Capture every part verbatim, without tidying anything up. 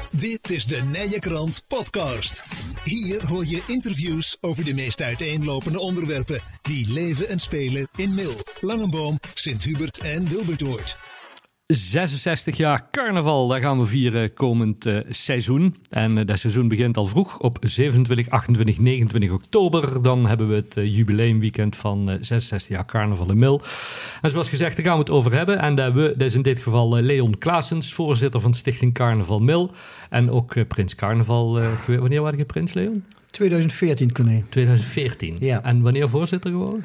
Dit is de Nije Krant podcast. Hier hoor je interviews over de meest uiteenlopende onderwerpen die leven en spelen in Mil, Langenboom, Sint-Hubert en Wilbertoord. zesenzestig jaar carnaval, daar gaan we vieren komend uh, seizoen. En uh, dat seizoen begint al vroeg op zevenentwintig, achtentwintig, negenentwintig oktober. Dan hebben we het uh, jubileumweekend van uh, zesenzestig jaar carnaval in Mil. En zoals gezegd, daar gaan we het over hebben. En dat, we, dat is in dit geval uh, Leon Claessens, voorzitter van Stichting Carnaval Mil. En ook uh, Prins Carnaval. Uh, wanneer was je prins, Leon? twintig veertien, Corné. twintig veertien. Ja. En wanneer voorzitter geworden?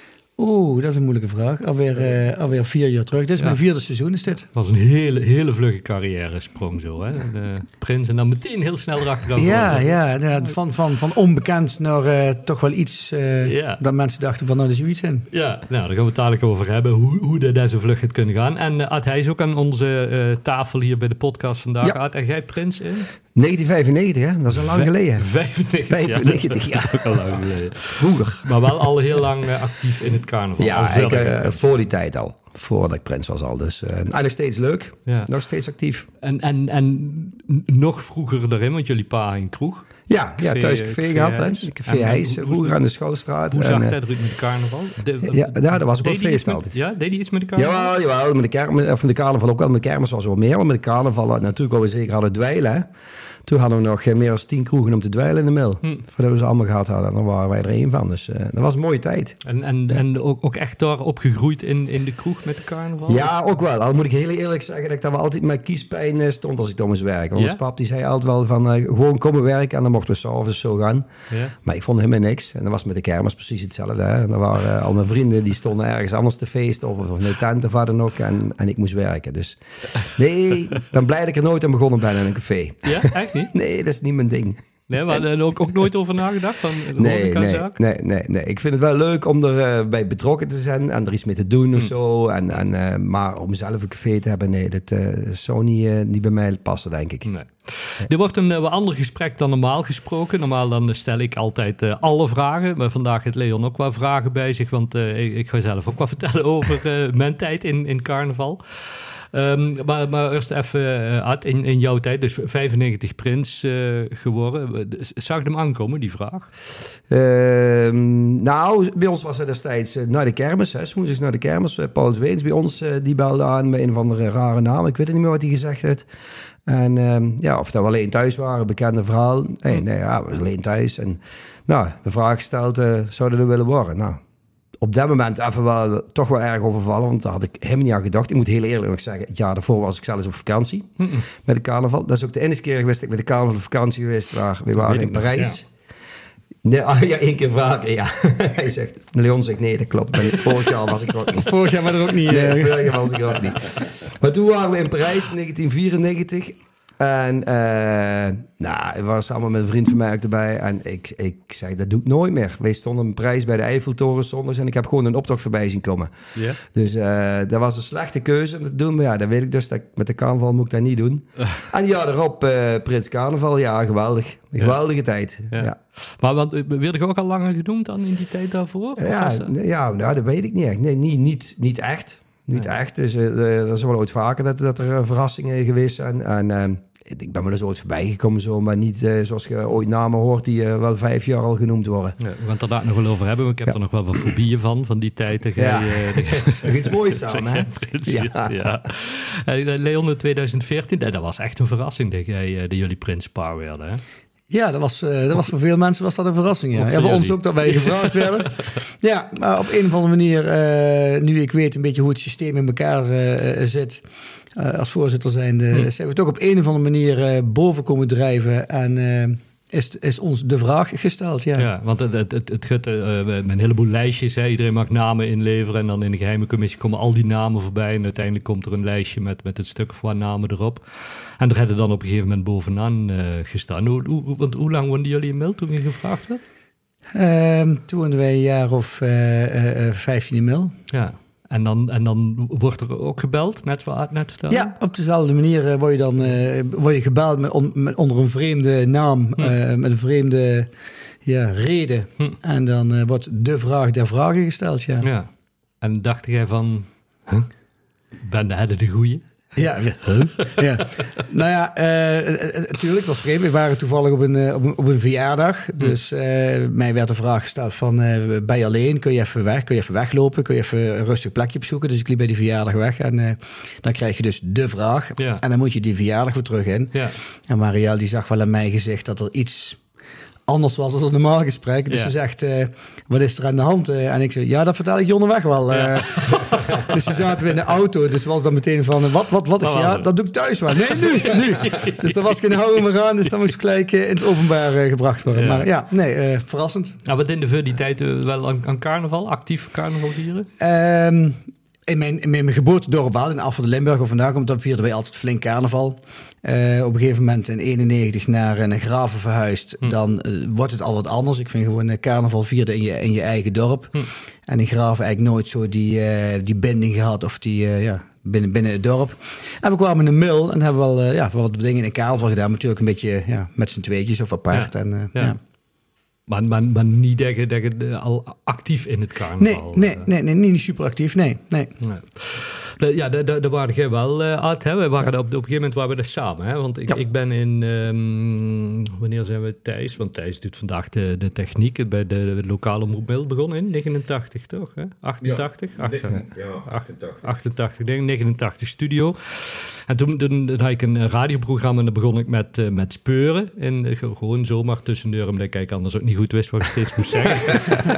Oeh, dat is een moeilijke vraag. Alweer, uh, alweer vier jaar terug. Dit is ja. mijn vierde seizoen, is dit. Het was een hele, hele vlugge carrière-sprong zo, hè? De prins en dan meteen heel snel erachteraan. Ja, ja, ja, van, van, van onbekend naar uh, toch wel iets uh, ja. dat mensen dachten van, nou, er is iets in. Ja, nou, daar gaan we het dadelijk over hebben, hoe, hoe dat, dat zo vlug het kunnen gaan. En uh, Ad, hij is ook aan onze uh, tafel hier bij de podcast vandaag. Ja. Ad, en jij prins in? negentien vijfennegentig, hè? Dat is al lang geleden. vijfennegentig, vijfennegentig, ja. Dat is ook al lang geleden. Vroeger. Maar wel al heel lang uh, actief in het carnaval. Ja, ik, uh, voor die tijd al. Voordat ik prins was al. Dus uh, eigenlijk steeds leuk. Ja. Nog steeds actief. En, en, en nog vroeger daarin, want jullie pa in kroeg. Ja, ja, thuis café gehad. Hè. Café Heijs, vroeger aan de Schoolstraat. Hoe zag en, dat eruit met de carnaval? De, ja, ja, dat was ook wel feest met, altijd. Ja, deed hij iets met de carnaval? Jawel, jawel, met de, kermis, of met de carnaval ook wel. Met de kermis was er wel meer. Maar met de carnaval natuurlijk, waar we zeker hadden dweilen. Hè. Toen hadden we nog meer dan tien kroegen om te dweilen in de Mil. Hm. Voordat we ze allemaal gehad hadden. Dan waren wij er één van. Dus uh, dat was een mooie tijd. En, en, ja. en ook, ook echt daar opgegroeid in, in de kroeg met de carnaval? Ja, ook wel. Al moet ik heel eerlijk zeggen dat ik daar wel altijd met kiespijn stond als ik dan moest werken. Want ja? pap die zei altijd wel van uh, gewoon komen werken. En dan mochten we s'avonds zo gaan. Ja. Maar ik vond helemaal niks. En dat was met de kermis precies hetzelfde. Hè. En dan waren uh, al mijn vrienden die stonden ergens anders te feesten. Of, of in de tent of wat dan ook. En, en ik moest werken. Dus nee, ik ben blij dat ik er nooit aan begonnen ben in een café. Ja, echt niet? Nee, dat is niet mijn ding. Nee, maar er ook, ook nooit over nagedacht van de nee, nee, nee, nee, nee. Ik vind het wel leuk om er uh, bij betrokken te zijn en er iets mee te doen mm. of zo. En, en, uh, maar om zelf een café te hebben, nee, dat uh, zou niet, uh, niet bij mij passen, denk ik. Nee. Er wordt een uh, wat ander gesprek dan normaal gesproken. Normaal dan stel ik altijd uh, alle vragen. Maar vandaag heeft Leon ook wat vragen bij zich. Want uh, ik, ik ga zelf ook wat vertellen over uh, mijn tijd in, in carnaval. Um, maar, maar eerst even, uh, Ad, in, in jouw tijd, dus vijfennegentig prins uh, geworden. Zag je hem aankomen, die vraag? Uh, nou, bij ons was het destijds uh, naar de kermis. Hè, 's woensdags naar de kermis. Uh, Paul Zweens bij ons, uh, die belde aan met een of andere rare naam. Ik weet niet meer wat hij gezegd heeft. En um, ja, of dat we alleen thuis waren, bekende verhaal. Nee, nee, ja, we waren alleen thuis. En nou, de vraag gesteld, uh, zouden we willen worden? Nou, op dat moment even wel toch wel erg overvallen, want daar had ik helemaal niet aan gedacht. Ik moet heel eerlijk nog zeggen, het jaar daarvoor was ik zelfs op vakantie mm-mm. met de carnaval. Dat is ook de enige keer geweest dat ik met de carnaval op vakantie geweest waar we waren in Parijs. Ja. Nee, ah, ja, één keer vaker, ja. Hij zegt, Leon zegt, nee, dat klopt. Vorig jaar was ik er ook niet. Vorig jaar was er ook niet. Nee, vorig jaar was ik er ook niet. Maar toen waren we in Parijs in negentien vierennegentig. En uh, nou, ik was samen met een vriend van mij ook erbij. En ik, ik zei, dat doe ik nooit meer. Wij stonden een prijs bij de Eiffeltoren zondags en ik heb gewoon een optocht voorbij zien komen. Yeah. Dus uh, dat was een slechte keuze om te doen. Maar ja, dan weet ik dus dat ik met de carnaval moet ik dat niet doen. En ja, erop uh, Prins Carnaval. Ja, geweldig. Een geweldige ja. tijd. Ja. Ja. Maar wat, werd je ook al langer genoemd dan in die tijd daarvoor? Ja, ja nou, dat weet ik niet echt. Nee, niet, niet, niet echt. Niet nee. echt. Dus uh, er is wel ooit vaker dat, dat er uh, verrassingen geweest zijn. En uh, ik ben wel eens ooit voorbij gekomen, zo, maar niet uh, zoals je ooit namen hoort die uh, wel vijf jaar al genoemd worden. Ja, we gaan het er daar nog wel over hebben. Ik heb ja. er nog wel wat fobieën van, van die tijd. Dat ja. jij, uh, nog iets moois samen, hè? Ja. ja. Uh, Leon, in twintig veertien, dat was echt een verrassing dat, jij, uh, dat jullie prinspaar werden, hè? Ja, dat was, uh, dat was voor veel mensen was dat een verrassing. Ja, ja voor jullie. Ons ook dat wij gevraagd werden. Ja, maar op een of andere manier, uh, nu ik weet een beetje hoe het systeem in elkaar uh, zit, uh, als voorzitter zijnde, hmm. zijn we toch op een of andere manier uh, boven komen drijven en uh, is, is ons de vraag gesteld. Ja, ja want het, het, het, het gaat uh, met een heleboel lijstjes. Hè. Iedereen mag namen inleveren en dan in de geheime commissie komen al die namen voorbij. En uiteindelijk komt er een lijstje met, met het stuk of wat namen erop. En er hadden dan op een gegeven moment bovenaan uh, gestaan. Hoe, hoe, want hoe lang woonden jullie in Mil toen je gevraagd werd? Uh, toen woonden wij een jaar of uh, uh, vijftien in Mil. Ja. En dan, en dan wordt er ook gebeld, net wat net vertelde? Ja, op dezelfde manier uh, word je dan uh, word je gebeld met on, met onder een vreemde naam, hm. uh, met een vreemde ja, reden. Hm. En dan uh, wordt de vraag der vragen gesteld, ja. ja. En dacht jij van, huh? ben de de goeie? Ja, huh? ja. Nou ja, natuurlijk, uh, het was vreemd. We waren toevallig op een, uh, op een, op een verjaardag. Dus uh, mij werd de vraag gesteld van, uh, ben je alleen? Kun je even weg? Kun je even weglopen? Kun je even een rustig plekje opzoeken? Dus ik liep bij die verjaardag weg. En uh, dan krijg je dus de vraag. Ja. En dan moet je die verjaardag weer terug in. Ja. En Marielle die zag wel aan mijn gezicht dat er iets anders was dan een normaal gesprek. Dus ja. ze zegt, uh, wat is er aan de hand? Uh, en ik zei, ja, dat vertel ik je onderweg wel. Uh, ja. Dus ze zaten we in de auto. Dus was dan meteen van, wat, wat, wat? Ik zei, ja, dat doe ik thuis wel. Nee, nu, nu. Dus er was geen houden meer aan. Dus dan moest ik gelijk uh, in het openbaar uh, gebracht worden. Ja. Maar ja, nee, uh, verrassend. Nou, wat in de voor die tijd uh, wel aan, aan carnaval? Actief carnaval vieren? Um, In mijn, in mijn geboortedorp wel, in Afval de Limburg of vandaan komt, dan vierden wij altijd flink carnaval. Uh, op een gegeven moment in eenennegentig naar een Graven verhuisd. Hm. Dan uh, wordt het al wat anders. Ik vind gewoon uh, carnaval vierde in je, in je eigen dorp. Hm. En in Graven eigenlijk nooit zo die, uh, die binding gehad of die, uh, ja, binnen, binnen het dorp. En we kwamen in de Mil en hebben wel uh, ja, wat dingen in carnaval gedaan. Maar natuurlijk een beetje ja, met z'n tweetjes of apart. Ja. En, uh, ja. Ja. Maar, maar, maar niet dat je, dat je al actief in het carnaval... Nee, nee, nee, nee niet super actief, nee. nee. nee. Ja, daar waren jij wel uh, uit. Hè? We waren ja. op, op een gegeven moment waren we er samen. Hè? Want ik, ja. ik ben in... Um, wanneer zijn we Thijs? Want Thijs doet vandaag de, de techniek. Bij de, de lokale omroep Mil begonnen in negenentachtig, toch? Hè? achtentachtig? Ja, achtentachtig. Ja, achtentachtig. achtentachtig, denk ik. negenentachtig studio. En toen, toen, toen had ik een radioprogramma en dan begon ik met, uh, met speuren. En uh, gewoon zomaar tussendoor, omdat ik anders ook niet goed wist wat ik steeds moest zeggen.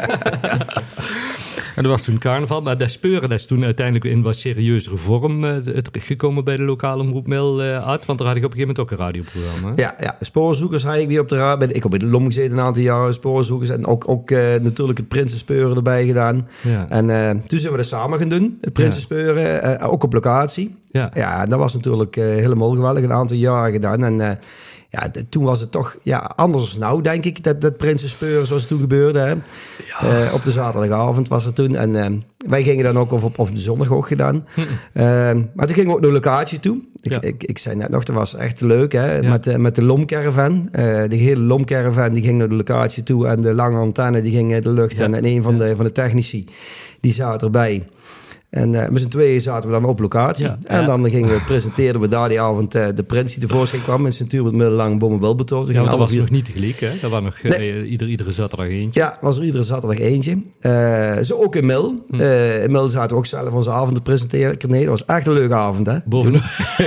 En dat was toen carnaval, maar dat speuren dat is toen uiteindelijk in wat serieuzere vorm uh, het gekomen bij de lokale omroep Mil uh, uit, want daar had ik op een gegeven moment ook een radioprogramma. Hè? Ja, ja, spoorzoekers had ik weer op de radio. Ik heb bij de Lom gezeten een aantal jaren, spoorzoekers en ook, ook uh, natuurlijk het Prinsenspeuren erbij gedaan. Ja. En uh, toen zijn we dat samen gaan doen, het Prinsenspeuren, uh, ook op locatie. Ja, ja dat was natuurlijk uh, helemaal geweldig, een aantal jaren gedaan en... Uh, Ja, d- toen was het toch ja, anders dan nou, denk ik, dat, dat Prinsenspeuren zoals het toen gebeurde. Hè. Ja. Uh, op de zaterdagavond was het toen. En uh, wij gingen dan ook, of op, of de zondag ook gedaan. Hm. Uh, maar toen gingen we ook naar de locatie toe. Ik, ja. ik, ik zei net nog, dat was echt leuk, hè, ja. met, uh, met de Lomcaravan. Uh, de hele Lomcaravan die ging naar de locatie toe. En de lange antenne die ging in de lucht. Ja. En, en een van, ja. de, van de technici, die zat erbij. En uh, met z'n tweeën zaten we dan op locatie. Ja, en ja. dan gingen we, presenteerden we daar die avond uh, de prins die tevoorschijn kwam. Met zijn tuur met middellange bommen wel betoond. Ja, dat was vier... nog niet tegelijk, hè? Dat was nog nee. uh, ieder, iedere zaterdag eentje. Ja, was er iedere zaterdag eentje. Uh, zo ook in Mil. Hm. Uh, in Mil zaten we ook zelf onze avond te presenteren. Nee, dat was echt een leuke avond, hè? Boven...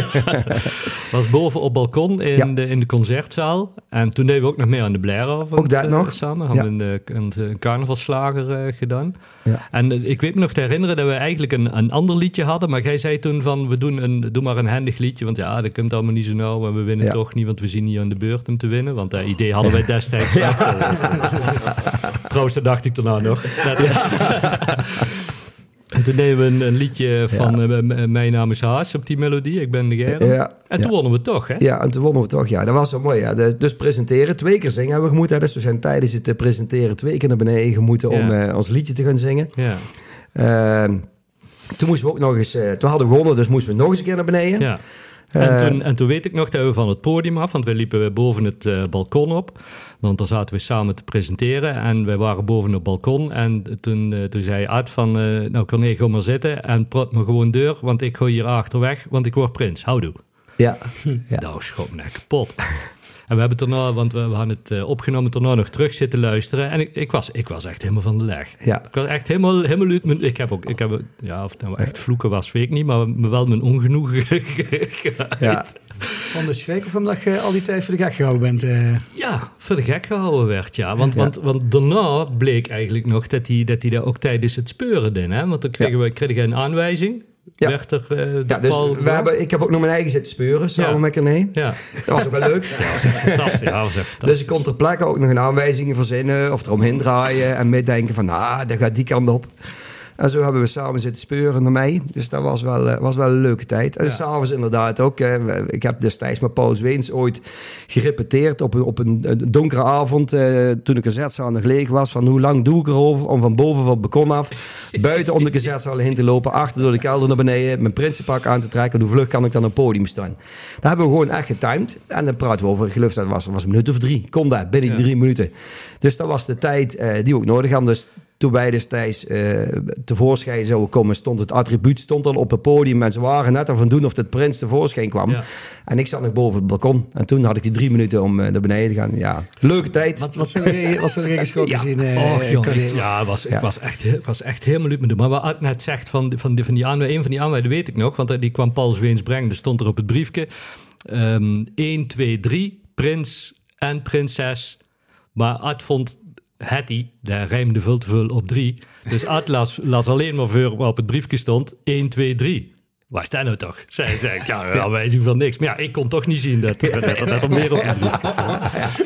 was boven op balkon in, ja. de, in de concertzaal. En toen deden we ook nog mee aan de Blairavond. Ook dat uh, nog. Samen. Hadden ja. een, een, een carnavalslager uh, gedaan. Ja. En uh, ik weet me nog te herinneren dat we eigenlijk een, een ander liedje hadden, maar jij zei toen van, we doen, een, doe maar een handig liedje, want ja, dat komt allemaal niet zo nauw, maar we winnen ja. toch niet, want we zien niet aan de beurt om te winnen, want dat idee hadden wij destijds. Ja. Trouwens, dat dacht ik erna nog. Ja. En toen deden we een, een liedje van ja. uh, Mijn naam is Haas op die melodie, ik ben de Germ. Ja. En toen ja. wonnen we toch, hè? Ja, en toen wonnen we toch, ja. Dat was zo mooi, ja. De, dus presenteren, twee keer zingen hebben we gemoeten. Dus we zijn tijdens het presenteren twee keer naar beneden gemoeten ja. om uh, ons liedje te gaan zingen. Ja. Uh, Toen moesten we ook nog eens... Uh, toen hadden we gewonnen, dus moesten we nog eens een keer naar beneden. Ja. En, uh, toen, en toen weet ik nog dat we van het podium af... want we liepen boven het uh, balkon op. Want daar zaten we samen te presenteren. En wij waren boven het balkon. En toen, uh, toen zei Ad van... Uh, nou, Corné, ga maar zitten en praat me gewoon deur... want ik ga hier achterweg, want ik word prins. Houdoe. Ja. ja. Nou, schop me kapot. En we hebben het daarna, want we, we hadden het uh, opgenomen, daarna nog terug zitten luisteren. En ik, ik, was, ik was echt helemaal van de leg. Ja. Ik was echt helemaal, helemaal uit mijn... Ik heb ook, ik heb, ja, of het nou echt vloeken was, weet ik niet, maar wel mijn ongenoegen ja. Van de schrik of omdat je al die tijd voor de gek gehouden bent? Uh... Ja, voor de gek gehouden werd, ja. Want, ja. want, want daarna bleek eigenlijk nog dat hij dat, dat ook tijdens het speuren deed. Hè? Want dan kregen ja. we kregen een aanwijzing. Ja, er, uh, ja dus we hebben, ik heb ook nog mijn eigen zitten speuren samen ja. met Corné. Ja. Dat was ook wel leuk. Ja, dat was echt fantastisch. Ja, was echt fantastisch. Dus ik kon ter plekke ook nog een aanwijzingen verzinnen of eromheen draaien en meedenken van, ah, dat gaat die kant op. En zo hebben we samen zitten speuren naar mij. Dus dat was wel, uh, was wel een leuke tijd. En ja. s'avonds inderdaad ook. Uh, ik heb destijds met Paul Zweens ooit gerepeteerd op een, op een, een donkere avond. Uh, toen de concertzaal nog leeg was. Van hoe lang doe ik erover om van boven van het balkon af... buiten om de concertzaal heen te lopen. Achter door de kelder naar beneden. Mijn prinsenpak aan te trekken. Hoe vlug kan ik dan op het podium staan? Daar hebben we gewoon echt getimed. En dan praten we over. Ik geloof dat was, was een minuut of drie. Kon dat binnen ja. drie minuten. Dus dat was de tijd uh, die we ook nodig hadden. Dus toen wij destijds uh, tevoorschijn zouden komen, stond het attribuut stond al op het podium. Mensen waren net aan van doen of het prins tevoorschijn kwam. Ja. En ik zat nog boven het balkon. En toen had ik die drie minuten om uh, naar beneden te gaan. Ja, leuke tijd. Wat, wat zullen we wat zullen we geschoten ja. zien? Uh, Och, jongen, ik, ja, was, ja. Ik was echt, was echt helemaal uit me doen. Maar wat Ad net zegt van, van, die, van die aanwijden, een van die aanwijden weet ik nog. Want die kwam Paul Zweens brengen. Er stond er op het briefje. Um, één, twee, drie. Prins en prinses. Maar Ad vond Hetty, daar rijmde veel te veel op drie. Dus Ad las, las alleen maar voor op het briefje stond één, twee, drie. Waar is dat nou toch? Zij zei, ja, ja, wij zien van niks. Maar ja, ik kon toch niet zien dat, dat, dat, dat er meer op het briefje stond.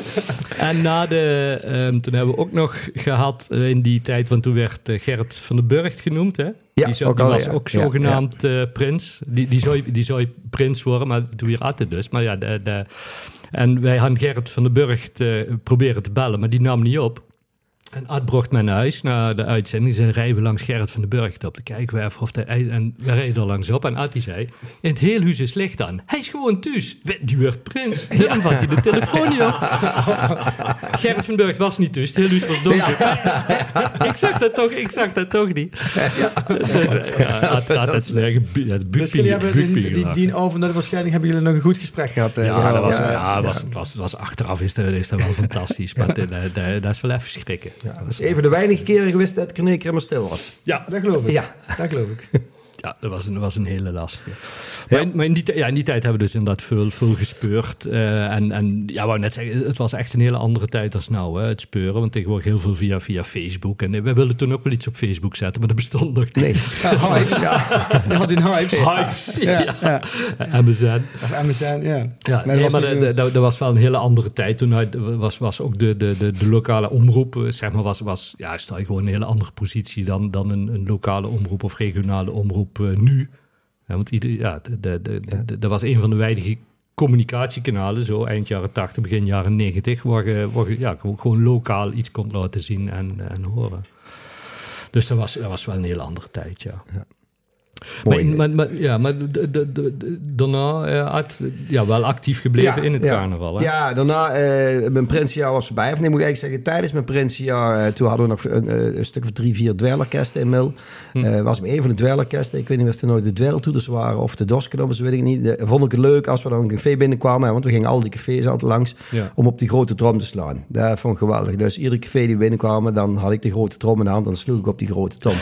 En na de, um, toen hebben we ook nog gehad uh, in die tijd, want toen werd uh, Gerrit van den Burgt genoemd, hè? Ja, die, zo, ook die al, was ja. ook zogenaamd ja, ja. Uh, prins. Die, die, zou, die zou prins worden, maar toen weer had het dus. Maar ja, de, de, en wij hadden Gerrit van den Burgt uh, proberen te bellen, maar die nam niet op. En Ad bracht mij naar huis, na de uitzending. Ze rijden we langs Gerrit van den Burgt op de kijkwerf. Of de, en we reden er langs op. En Ad die zei, in het heel huis is licht aan. Hij is gewoon thuis. Die werd prins. Dan vat hij de telefoon niet op. Gerrit van den Burgt was niet thuis. Het heel huis was donker. Ja. ik, zag dat toch, ik zag dat toch niet. Ja. Dus, ja, Ad, Ad, dat is het dus jullie hebben in, die, die avond waarschijnlijk hebben jullie nog een goed gesprek gehad. Ja, ja, dat was, ja, ja, ja. Was, was, was, achteraf is dat, is dat wel fantastisch. Maar dat, dat, dat is wel even schrikken. Ja, dat is even de weinige keren geweest dat René Kremmer stil was. Ja, dat geloof ik. Ja, dat geloof ik. Ja, dat was een, was een hele lastige. Ja. Maar, in, maar in, die, ja, in die tijd hebben we dus inderdaad veel, veel gespeurd. Uh, en, en ja, wou net zeggen, het was echt een hele andere tijd als nou, hè, het speuren. Want tegenwoordig heel veel via, via Facebook. En we wilden toen ook wel iets op Facebook zetten, maar dat bestond nog niet. Nee. Ja, Hives, ja. Je had in Hives. Hives, ja. ja. ja. M S N. Dat is M S N, ja. ja nee, maar dat, dat, dat was wel een hele andere tijd. Toen was, was ook de, de, de, de lokale omroep, zeg maar, was, was ja, stel je gewoon een hele andere positie dan, dan een, een lokale omroep of regionale omroep. Uh, nu. Ja, want ieder, ja, de, de, de, de, de, dat was een van de weinige communicatiekanalen, zo eind jaren tachtig, begin jaren negentig, waar je, waar je ja, gewoon lokaal iets kon laten zien en, en horen. Dus dat was, dat was wel een hele andere tijd, ja. ja. Maar, maar, maar, ja, maar de, de, de, de, daarna uh, had, ja, wel actief gebleven ja, in het ja. carnaval. Hè? Ja, daarna, uh, mijn prinsjaar was voorbij. Of nee, moet ik eigenlijk zeggen, tijdens mijn prinsjaar, uh, toen hadden we nog een, een stuk of drie, vier dweilorkesten in Mil. Hm. Uh, was ik een van de dweilorkesten. Ik weet niet of het nooit de dweiltoeders waren of de dorsknobbers, weet ik niet. De, vond ik het leuk als we dan een café binnenkwamen, hè, want we gingen al die cafés altijd langs, ja. om op die grote trom te slaan. Dat vond ik geweldig. Dus iedere café die binnenkwamen, dan had ik de grote trom in de hand en dan sloeg ik op die grote trom.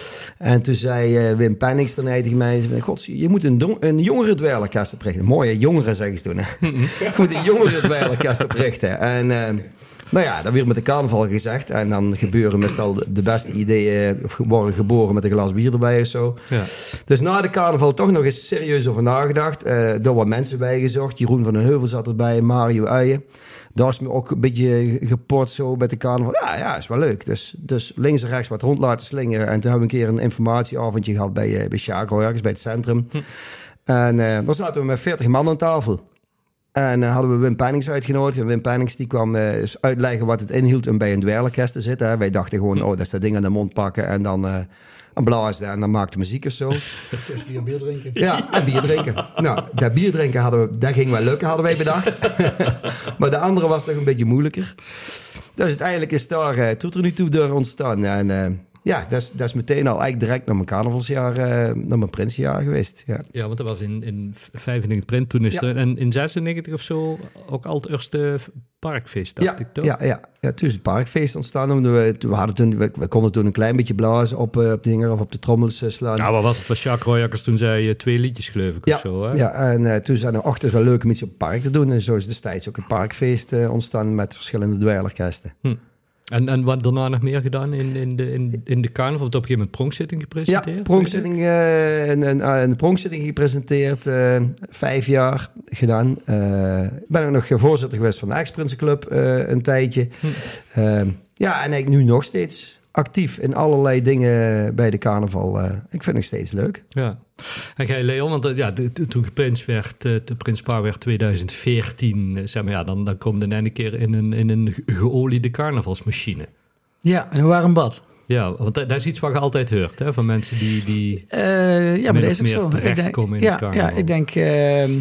En toen zei uh, Wim Pennings dan tegen mij, God, je moet een, don- een jongere dweilorkest oprichten. Mooie jongeren, zeggen ze toen. Hè? Je moet een jongere dweilorkest oprichten. En uh, nou ja, dat werd met de carnaval gezegd. En dan gebeuren meestal de beste ideeën, of worden geboren met een glas bier erbij of zo. Ja. Dus na de carnaval toch nog eens serieus over nagedacht. Uh, door wat mensen bijgezocht. Jeroen van den Heuvel zat erbij, Mario Uijen. Daar is me ook een beetje geport zo met de carnaval. Ja, ja, is wel leuk. Dus, dus links en rechts wat rond laten slingeren. En toen hebben we een keer een informatieavondje gehad bij, uh, bij Sjaak, ergens bij het centrum. Hm. En uh, dan zaten we met veertig man aan tafel. En uh, hadden we Wim Pennings uitgenodigd. En Wim Pennings die kwam uh, eens uitleggen wat het inhield om bij een dweilorkest te zitten. Hè. Wij dachten gewoon, hm. oh, dat is dat ding aan de mond pakken en dan... Uh, en blaasde en dan maakte muziek of zo. Dus hier bier drinken. Ja, en bier drinken. Nou, dat bier drinken hadden we, dat ging wel lukken, hadden wij bedacht. Maar de andere was nog een beetje moeilijker. Dus uiteindelijk is daar uh, Toeter nu toe door ontstaan. En uh, ja, dat is, dat is meteen al eigenlijk direct naar mijn carnavalsjaar, uh, naar mijn prinsjaar geweest. Ja, ja, want dat was in, in vijfennegentig print, toen is ja. er, en in zesennegentig of zo ook al het eerste parkfeest, dacht ja, ik toch? Ja, ja, ja, toen is het parkfeest ontstaan. We, we, hadden toen, we, we konden toen een klein beetje blazen op, uh, op dingen of op de trommels uh, slaan. Ja, wat was het? Was Jacques Royakkers toen zei uh, twee liedjes, geloof ik, ja, of zo, hè? Ja, en uh, toen zijn er ochtends wel leuk om iets op het park te doen. En zo is destijds ook het parkfeest uh, ontstaan met verschillende dweilorkesten. Hm. En, en wat daarna nog meer gedaan in, in, de, in, in de carnaval? Op een gegeven moment pronkzitting gepresenteerd? Ja, pronkzitting, uh, een, een, een pronkzitting gepresenteerd. Uh, vijf jaar gedaan. Uh, ik ben ook nog voorzitter geweest van de Ex-Prinsenclub uh, een tijdje. Hm. Uh, ja, en eigenlijk nu nog steeds actief in allerlei dingen bij de carnaval. Uh, ik vind het nog steeds leuk. Ja. En jij, Leon, want ja, de, de, toen prins werd, de, de prins Paar werd tweeduizend veertien, zeg maar, ja, dan, dan komt de ene keer in een, in een geoliede carnavalsmachine. Ja, en hoe waren een bad? Ja, want dat, dat is iets wat je altijd hoort, hè, van mensen die, die uh, ja, maar dat is ook zo. terechtkomen in ja, het carnaval. Ja, ik denk... Uh,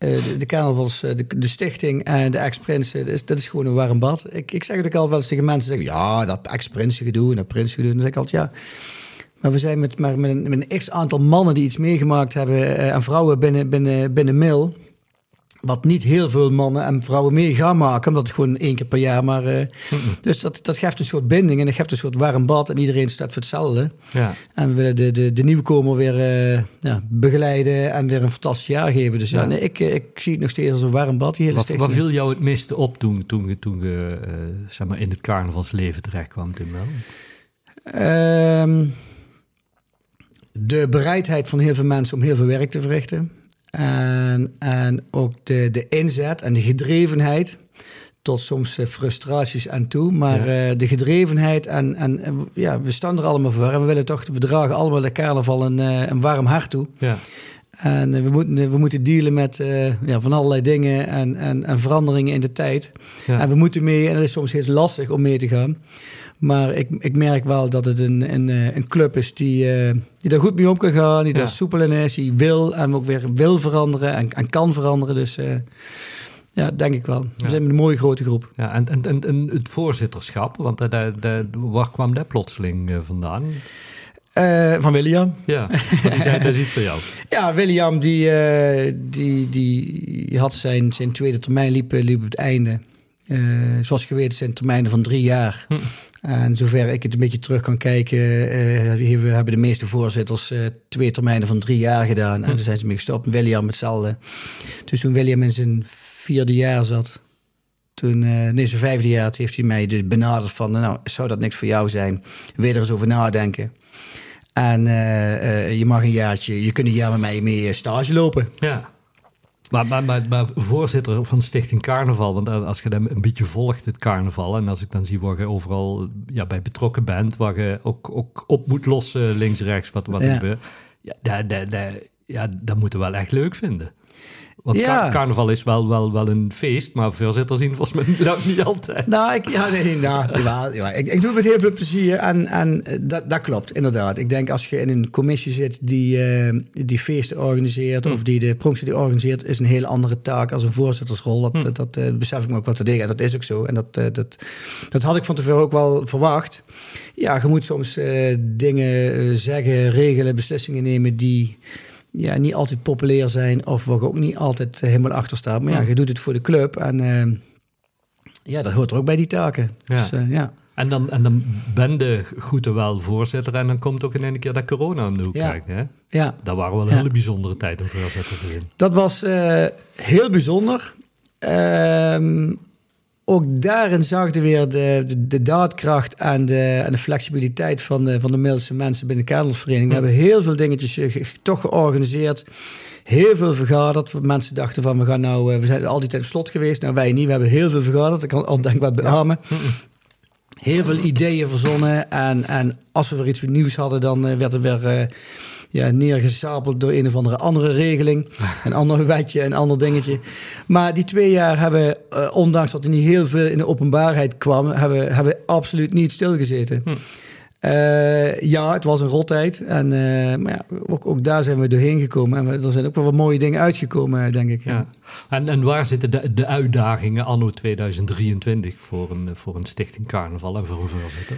de, de carnavals, de, de stichting en de ex-prinsen, dat is, dat is gewoon een warm bad. Ik, ik zeg het ook al wel eens tegen mensen, zeggen, ja, dat ex-prinsen gedoe en dat prinsen gedoe. Dan zeg ik altijd, ja, maar we zijn met, maar met, een, met een x-aantal mannen die iets meegemaakt hebben uh, en vrouwen binnen, binnen, binnen Mil. Wat niet heel veel mannen en vrouwen mee gaan maken, omdat het gewoon één keer per jaar maar... Uh, mm-hmm. Dus dat, dat geeft een soort binding en dat geeft een soort warm bad en iedereen staat voor hetzelfde. Ja. En we willen de, de, de nieuwkomer weer uh, ja, begeleiden en weer een fantastisch jaar geven. Dus ja, ja nee, ik, ik zie het nog steeds als een warm bad. Die hele wat, wat viel jou het meeste op toen, toen je toen, uh, zeg maar in het carnavalsleven terecht kwam, Tim wel? Um, de bereidheid van heel veel mensen om heel veel werk te verrichten. En, en ook de, de inzet en de gedrevenheid, tot soms uh, frustraties aan toe. Maar ja. uh, de gedrevenheid en, en, en ja, we staan er allemaal voor. En we willen toch, we dragen allemaal de carnaval een, uh, een warm hart toe. Ja. En uh, we, moeten, uh, we moeten dealen met uh, ja, van allerlei dingen en, en, en veranderingen in de tijd. Ja. En we moeten mee, en dat is soms heel lastig om mee te gaan. Maar ik, ik merk wel dat het een, een, een club is die, uh, die daar goed mee om kan gaan. Die ja. daar soepel in is, die wil en ook weer wil veranderen en, en kan veranderen. Dus uh, ja, denk ik wel. We ja. zijn een mooie grote groep. Ja, en, en, en, en het voorzitterschap, want de, de, de, waar kwam dat plotseling uh, vandaan? Uh, van William. Ja, die zei, dat is iets voor jou. Ja, William die, uh, die, die had zijn, zijn tweede termijn liep, liep op het einde. Uh, zoals je weet zijn termijnen van drie jaar. Hm. En zover ik het een beetje terug kan kijken, uh, we hebben de meeste voorzitters uh, twee termijnen van drie jaar gedaan. Hm. En toen zijn ze mee gestopt. William hetzelfde. Dus toen William in zijn vierde jaar zat, toen, uh, nee, zijn vijfde jaar, toen heeft hij mij dus benaderd van, nou, zou dat niks voor jou zijn? Wil je er eens over nadenken? En uh, uh, je mag een jaartje, je kunt een jaar met mij mee stage lopen. Ja. Maar, maar, maar, maar voorzitter van Stichting Carnaval, want als je dan een beetje volgt, het carnaval, en als ik dan zie waar je overal ja, bij betrokken bent, waar je ook, ook op moet lossen, links, rechts, wat, wat ja. gebeurt, ja, dat, dat, dat, ja, dat moeten we wel echt leuk vinden. Want ja. car- carnaval is wel, wel, wel een feest, maar voorzitter zien volgens mij nou, niet altijd. Nou, ik, ja, nee, nou jawel, jawel. Ik, ik doe het met heel veel plezier en, en dat, dat klopt, inderdaad. Ik denk als je in een commissie zit die, uh, die feesten organiseert mm. of die de promotie organiseert, is een hele andere taak als een voorzittersrol. Dat, mm. dat, dat uh, besef ik me ook wel te degen en dat is ook zo. En dat, uh, dat, dat had ik van tevoren ook wel verwacht. Ja, je moet soms uh, dingen uh, zeggen, regelen, beslissingen nemen die... ja, niet altijd populair zijn of waar je ook niet altijd helemaal achter staat. Maar ja, je doet het voor de club en uh, ja, dat hoort er ook bij die taken. Ja. Dus, uh, ja. En dan, en dan ben je goed en wel voorzitter en dan komt ook in een keer dat corona aan de hoek ja. kijken. Hè? Ja. Dat waren wel een ja. hele bijzondere tijd om voorzitter te zijn. Dat was uh, heel bijzonder. Uh, ook daarin zag je weer de, de, de daadkracht en de, en de flexibiliteit van de, van de Milse mensen binnen de carnavalsvereniging. We mm. hebben heel veel dingetjes uh, toch georganiseerd. Heel veel vergaderd. Mensen dachten van, we gaan nou, uh, we zijn al die tijd op slot geweest. Nou, wij niet. We hebben heel veel vergaderd. Ik kan al denk wat beamen. Ja. Heel veel ideeën verzonnen. En, en als we weer iets nieuws hadden, dan uh, werd er weer uh, ja, neergezapeld door een of andere andere regeling. Een ander wetje, een ander dingetje. Maar die twee jaar hebben, uh, ondanks dat er niet heel veel in de openbaarheid kwam, hebben, hebben absoluut niet stilgezeten. Hm. Uh, ja, het was een rottijd. En, uh, maar ja, ook, ook daar zijn we doorheen gekomen. En we, er zijn ook wel wat mooie dingen uitgekomen, denk ik. Ja. Ja. En, en waar zitten de, de uitdagingen anno tweeduizend drieëntwintig voor een, voor een stichting carnaval en voor een voorzitter?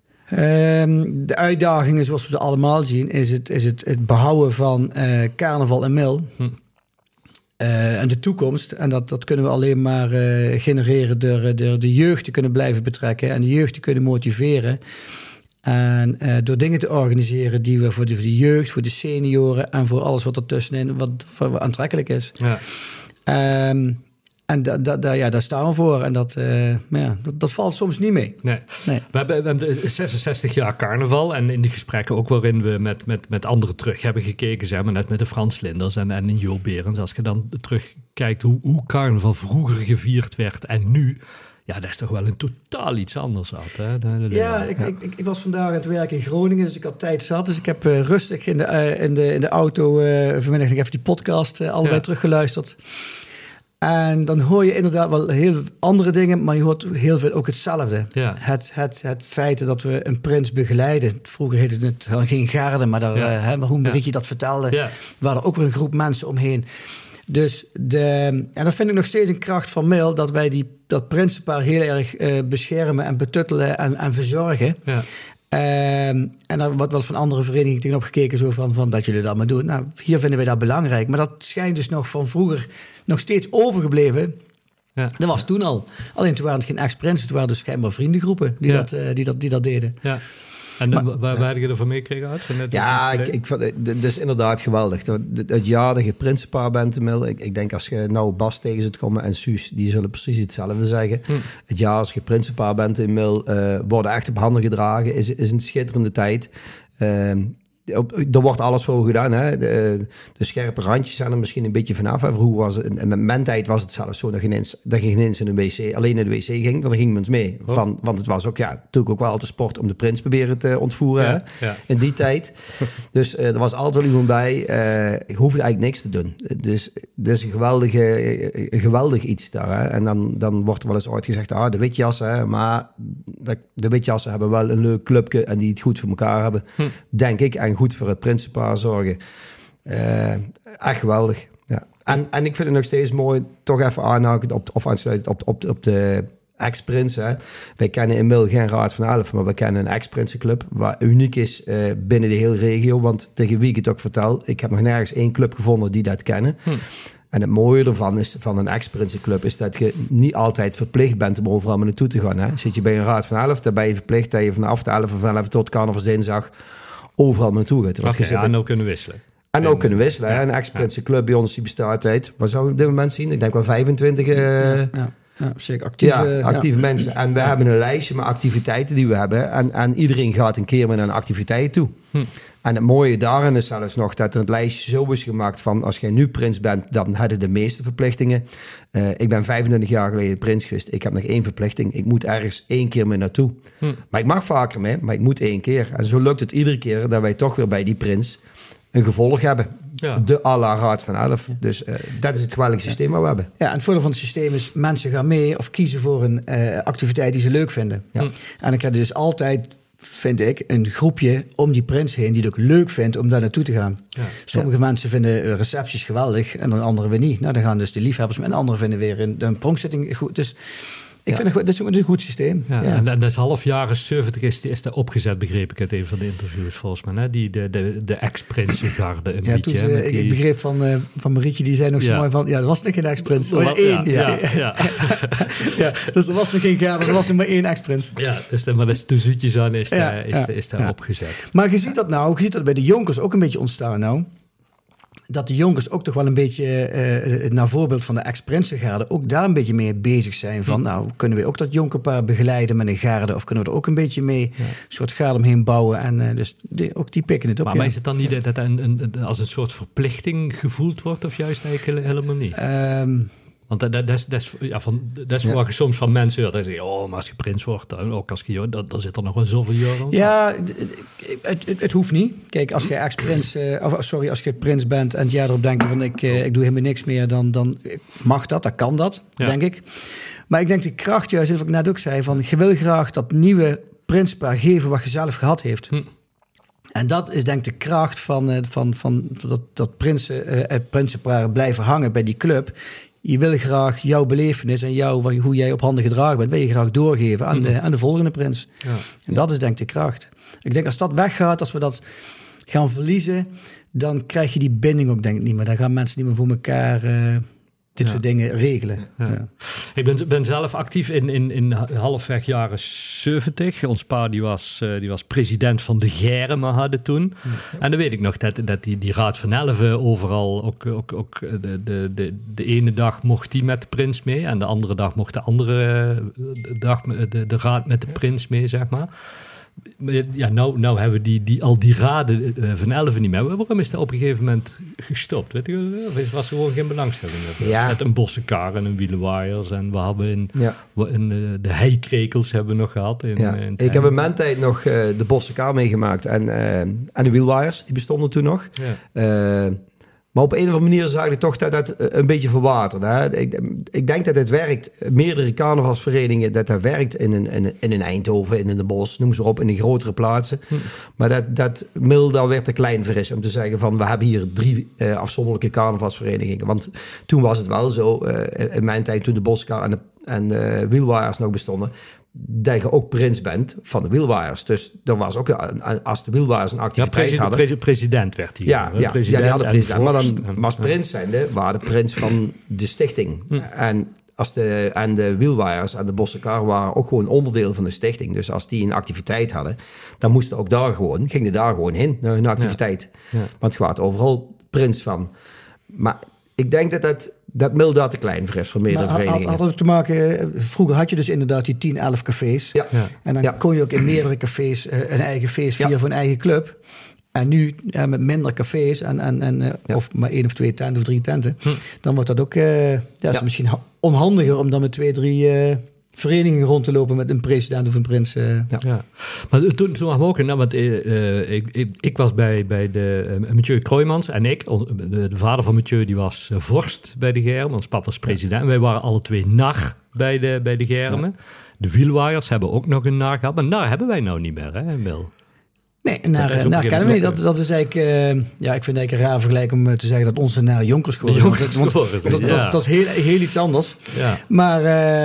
Um, de uitdagingen, zoals we ze allemaal zien, is het, is het, het behouden van uh, carnaval en Mil. Hm. Uh, en de toekomst. En dat, dat kunnen we alleen maar uh, genereren door, door de jeugd te kunnen blijven betrekken en de jeugd te kunnen motiveren. En uh, door dingen te organiseren die we voor de, voor de jeugd, voor de senioren en voor alles wat ertussenin wat, wat aantrekkelijk is. Ja. Um, en da, da, da, ja, daar staan we voor. En dat, uh, ja, dat, dat valt soms niet mee. Nee. Nee. We, hebben, we hebben zesenzestig jaar carnaval. En in de gesprekken ook waarin we met, met, met anderen terug hebben gekeken. Zeg maar net met de Frans Linders en, en Jo Berends. Als je dan terugkijkt hoe, hoe carnaval vroeger gevierd werd en nu. Ja, dat is toch wel een totaal iets anders. Had, hè? De, de, ja, ik, ja. Ik, ik, ik was vandaag aan het werk in Groningen, dus ik had tijd zat. Dus ik heb uh, rustig in de, uh, in de, in de auto uh, vanmiddag nog even die podcast uh, allebei ja. teruggeluisterd. En dan hoor je inderdaad wel heel andere dingen, maar je hoort heel veel ook hetzelfde. Ja. Het, het, het feit dat we een prins begeleiden. Vroeger heette het geen garde, maar, daar, ja. uh, hè, maar hoe Marietje ja. dat vertelde, ja. waren er ook weer een groep mensen omheen. Dus de, en dat vind ik nog steeds een kracht van Mil, dat wij die, dat Prinsenpaar heel erg uh, beschermen en betuttelen en, en verzorgen. Ja. Um, en daar wordt wel van andere verenigingen tegenop gekeken, zo van, van dat jullie dat maar doen. Nou, hier vinden wij dat belangrijk. Maar dat schijnt dus nog van vroeger nog steeds overgebleven. Ja. Dat was toen al. Alleen toen waren het geen ex-prinsen, het waren dus schijnbaar vriendengroepen die, ja. dat, uh, die, dat, die dat deden. Ja. En maar, waar, waar ja. heb je ervan meegekregen uit? Net ja, ik, ik, het is inderdaad geweldig. Het jaar dat je Prinsenpaar bent, Emil, ik, ik denk als je nou Bas tegen zit komen en Suus, die zullen precies hetzelfde zeggen. Hm. Het jaar als je Prinsenpaar bent, Emil, uh, worden echt op handen gedragen, is, is een schitterende tijd. Uh, Er wordt alles voor gedaan. Hè? De, de scherpe randjes zijn er misschien een beetje vanaf. Hè? Vroeger was het, en met mijn tijd was het zelfs zo dat je ineens, dat je ineens in een wc, alleen in de wc ging, dan ging men mee. Oh. Van, want het was ook, ja, natuurlijk ook wel altijd sport om de prins proberen te ontvoeren. Ja, hè? Ja. In die tijd. Dus uh, er was altijd wel iemand bij. Uh, je hoefde eigenlijk niks te doen. Dus het is een geweldige, een geweldig iets daar. Hè? En dan, dan wordt er wel eens ooit gezegd, ah, de witjassen. Hè? Maar de, de witjassen hebben wel een leuk clubje en die het goed voor elkaar hebben. Hm. Denk ik. En goed voor het Prinsenpaar zorgen. Uh, echt geweldig. Ja. En, en ik vind het nog steeds mooi, toch even aanhaken op, of aansluiten op, op, op de ex-prins. Hè. Wij kennen in Mil geen Raad van Elf, maar we kennen een ex-prinsenclub, wat uniek is uh, binnen de hele regio. Want tegen wie ik het ook vertel, ik heb nog nergens één club gevonden die dat kennen. Hm. En het mooie ervan is, van een ex-prinsenclub is dat je niet altijd verplicht bent om overal maar naartoe te gaan. Hè. Zit je bij een Raad van Elf, dan ben je verplicht dat je vanaf de elf van elf tot carnavalsdinsdag overal naartoe gaat. Okay, ja, en ook kunnen wisselen. En ook kunnen wisselen. Ja, een ex-prinsenclub bij ons die bestaat uit, wat zou je op dit moment zien? Ik denk wel vijfentwintig... Uh, ja, ja. Ja, zeker actieve, ja, actieve ja. mensen. En we ja. hebben een lijstje met activiteiten die we hebben. En, en iedereen gaat een keer met een activiteit toe. Hm. En het mooie daarin is zelfs nog dat er het lijstje zo is gemaakt van als jij nu prins bent, dan hebben de meeste verplichtingen. Uh, ik ben vijfentwintig jaar geleden prins geweest. Ik heb nog één verplichting. Ik moet ergens één keer mee naartoe. Hm. Maar ik mag vaker mee, maar ik moet één keer. En zo lukt het iedere keer dat wij toch weer bij die prins een gevolg hebben. Ja. De à la Raad van Elf. Ja. Dus uh, dat is het geweldige systeem ja. wat we hebben. Ja, en het voordeel van het systeem is, mensen gaan mee of kiezen voor een uh, activiteit die ze leuk vinden. Ja. Hm. En dan krijg je dus altijd, vind ik, een groepje om die prins heen die het ook leuk vindt om daar naartoe te gaan. Ja. Sommige ja. mensen vinden recepties geweldig en dan anderen weer niet. Nou, dan gaan dus de liefhebbers mee en anderen vinden weer een, een pronkzitting goed. Dus ik ja. vind het, dat is een goed systeem. Ja, ja. En dat is half jaren zeventig is, is dat opgezet, begreep ik uit een van de interviews volgens mij. Hè? Die, de, de, de ex-prinsengarde een ja, beetje. Ze, met die... Ik begreep van, uh, van Marietje, die zei nog zo ja. mooi van, ja, er was nog geen ex-prins. Er was één. Ja, ja. Ja. ja, dus er was nog geen garde, er was nog maar één ex-prins. Ja, dus de, maar dat is toen zoetjes aan is, ja, is, ja. is, is daar ja. opgezet. Maar je ziet dat nou, je ziet dat bij de jonkers ook een beetje ontstaan nou. Dat de jonkers ook toch wel een beetje, uh, naar voorbeeld van de ex-prinsengarde, ook daar een beetje mee bezig zijn. Van, nou, kunnen we ook dat jonkerpaar begeleiden met een garde? Of kunnen we er ook een beetje mee ja. een soort garde omheen bouwen? En uh, dus die, ook die pikken het op. Maar, ja. maar is het dan niet dat dat een, een, als een soort verplichting gevoeld wordt? Of juist eigenlijk helemaal niet? Um, Want dat, dat, dat is, dat is, ja, van, dat is ja. wat je soms van mensen hoort. Dat zeggen, oh, maar als je prins wordt, dan, ook als je, dan, dan zit er nog wel zoveel jaar aan. Ja, het, het, het hoeft niet. Kijk, als je ex-prins, uh, of sorry, als je prins bent en jij erop denkt van ik, uh, ik doe helemaal niks meer, dan, dan mag dat, dan kan dat, ja. denk ik. Maar ik denk de kracht, juist zoals ik net ook zei, van je wil graag dat nieuwe prinspaar geven wat je zelf gehad heeft. Hm. En dat is denk ik de kracht van, uh, van, van, van dat, dat prinsen, uh, prinsenparen blijven hangen bij die club. Je wil graag jouw belevenis en jouw, hoe jij op handen gedragen bent, wil je graag doorgeven aan, de, aan de volgende prins. Ja. En dat is denk ik de kracht. Ik denk als dat weggaat, als we dat gaan verliezen, dan krijg je die binding ook denk ik niet meer. Dan gaan mensen niet meer voor elkaar uh, dit ja. soort dingen regelen. Ja. Ja. Ik ben, ben zelf actief in, in, in halfweg jaren zeventig. Ons pa die was, uh, die was president van de Germen hadden toen. Ja. En dan weet ik nog dat, dat die, die Raad van Elf overal, ook, ook, ook de, de, de, de ene dag mocht die met de prins mee en de andere dag mocht de andere uh, dag de, de raad met de prins mee, zeg maar. Ja, nou, nou hebben we die, die, al die raden uh, van Elven niet meer. Waarom is dat op een gegeven moment gestopt? Weet je, of was er gewoon geen belangstelling met, ja. met een bossenkar en een wielenwaaiers. En we hebben in, ja. we, in uh, de heikrekels hebben we nog gehad. In, ja. in Ik heb in mijn tijd nog uh, de bossenkar meegemaakt. En, uh, en de wielwaaiers, die bestonden toen nog. Ja. Uh, Maar op een of andere manier zag ik toch dat dat een beetje verwaterde. Hè? Ik, ik denk dat het werkt, meerdere carnavalsverenigingen, dat dat werkt in een, in een, in een Eindhoven, in een Bos, noem ze maar op, in de grotere plaatsen. Hm. Maar dat, dat Milda werd te klein voor is om te zeggen van we hebben hier drie uh, afzonderlijke carnavalsverenigingen. Want toen was het wel zo, uh, in mijn tijd toen de Boskar en de en de wielwaaiers nog bestonden, dat je ook prins bent van de wielwaaiers. Dus er was ook, als de wielwaaiers een activiteit ja, president, hadden... President, president werd hij. Ja, ja, ja, die hadden president. Maar dan maar als prins zijnde waren de prins van de stichting. Hm. En, als de, en de wielwaaiers en de Bossekar waren ook gewoon onderdeel van de stichting. Dus als die een activiteit hadden, dan moesten ook daar gewoon, gingen daar gewoon heen, naar hun activiteit. Ja. Ja. Want je was overal prins van. Maar ik denk dat dat... Dat Milda te klein voor is voor meerdere maar verenigingen. Had, had het te maken, vroeger had je dus inderdaad die tien, elf cafés. Ja. Ja. En dan ja. kon je ook in meerdere cafés uh, een eigen feest vieren ja. voor een eigen club. En nu ja, met minder cafés en, en, en, uh, ja. of maar één of twee tenten of drie tenten. Hm. Dan wordt dat ook uh, ja, ja. misschien onhandiger om dan met twee, drie... Uh, verenigingen rond te lopen met een president of een prins. Uh. Ja. Ja. Maar toen, toen was ook, nou, want, uh, ik, ik, ik was bij, bij de uh, Mathieu Kroijmans en ik, de, de vader van Mathieu, die was uh, vorst bij de Germen, ons papa was president. Ja. Wij waren alle twee nar bij de, bij de Germen. Ja. De wielwaaiers hebben ook nog een nar gehad, maar nar hebben wij nou niet meer, hè, Mil? Nee, naar, naar kennen we niet. Dat, dat is eigenlijk, uh, ja, ik vind het eigenlijk een raar vergelijk om te zeggen dat onze naar Jonkers geworden Jonkers want, want, want, dat, ja. dat, dat is heel, heel iets anders. Ja. Maar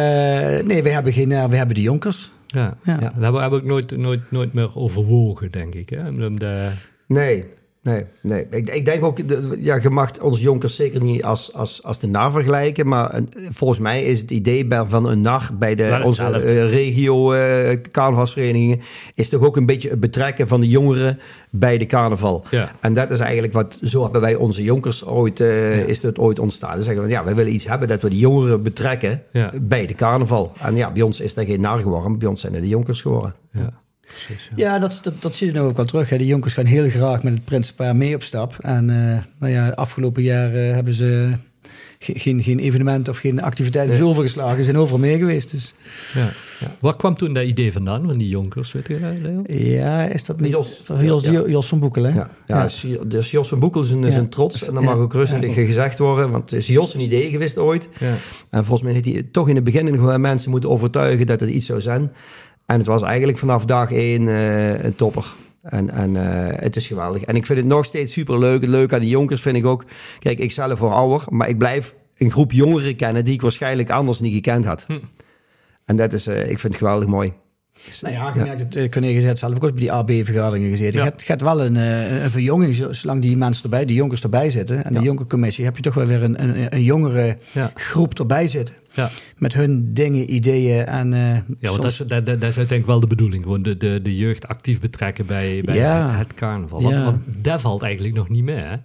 uh, nee, we hebben geen, uh, we hebben de Jonkers. Ja, ja. ja. Daar hebben we ook nooit, nooit, nooit meer overwogen, denk ik. Hè? De... Nee. Nee, nee. Ik, ik denk ook, de, ja, je mag onze Jonkers zeker niet als, als, als de nar vergelijken. Maar een, volgens mij is het idee bij, van een nar bij de, onze uh, regio uh, carnavalsverenigingen is toch ook een beetje het betrekken van de jongeren bij de carnaval. Ja. En dat is eigenlijk wat, zo hebben wij onze Jonkers ooit, uh, ja. is het ooit ontstaan. Dan zeggen we, ja, wij willen iets hebben dat we de jongeren betrekken ja. bij de carnaval. En ja, bij ons is dat geen nar geworden, bij ons zijn het de Jonkers geworden. Ja. Precies, ja, ja dat, dat, dat zie je nou ook al terug. Hè. De Jonkers gaan heel graag met het Prinsenpaar mee op stap. En uh, nou ja, afgelopen jaar uh, hebben ze ge- geen, geen evenement of geen activiteiten nee. overgeslagen. Ze zijn overal mee geweest. Dus. Ja. Ja. Waar kwam toen dat idee vandaan, van die Jonkers? Weet je dat, Leo? Ja, is dat niet Jos, van Jos, ja. Jos van Boekel, hè? Ja, ja, ja. Dus Jos van Boekel is een, is een trots. En dat mag ook rustig ja. gezegd worden. Want het is Jos een idee geweest ooit. Ja. En volgens mij heeft hij toch in het begin gewoon mensen moeten overtuigen dat het iets zou zijn. En het was eigenlijk vanaf dag één uh, een topper. En, en uh, het is geweldig. En ik vind het nog steeds superleuk. Het leuke aan die Jonkers vind ik ook... Kijk, ik zelf voor ouder, maar ik blijf een groep jongeren kennen die ik waarschijnlijk anders niet gekend had. Hm. En dat is, uh, ik vind het geweldig mooi. Dus, nou ja, je merkt het, uh, Corné gezet zelf ook bij die A B-vergaderingen gezeten. Ja. Je hebt, je hebt wel een, uh, een verjonging, zolang die mensen erbij, die Jonkers erbij zitten. En ja. de Jonkercommissie heb je toch wel weer een, een, een jongere ja. groep erbij zitten. Ja. Met hun dingen, ideeën en... Uh, ja, want soms... dat, is, dat, dat, dat is uiteindelijk wel de bedoeling. Gewoon de, de, de jeugd actief betrekken bij, bij ja. het, het carnaval. Want, ja. want dat valt eigenlijk nog niet mee, hè?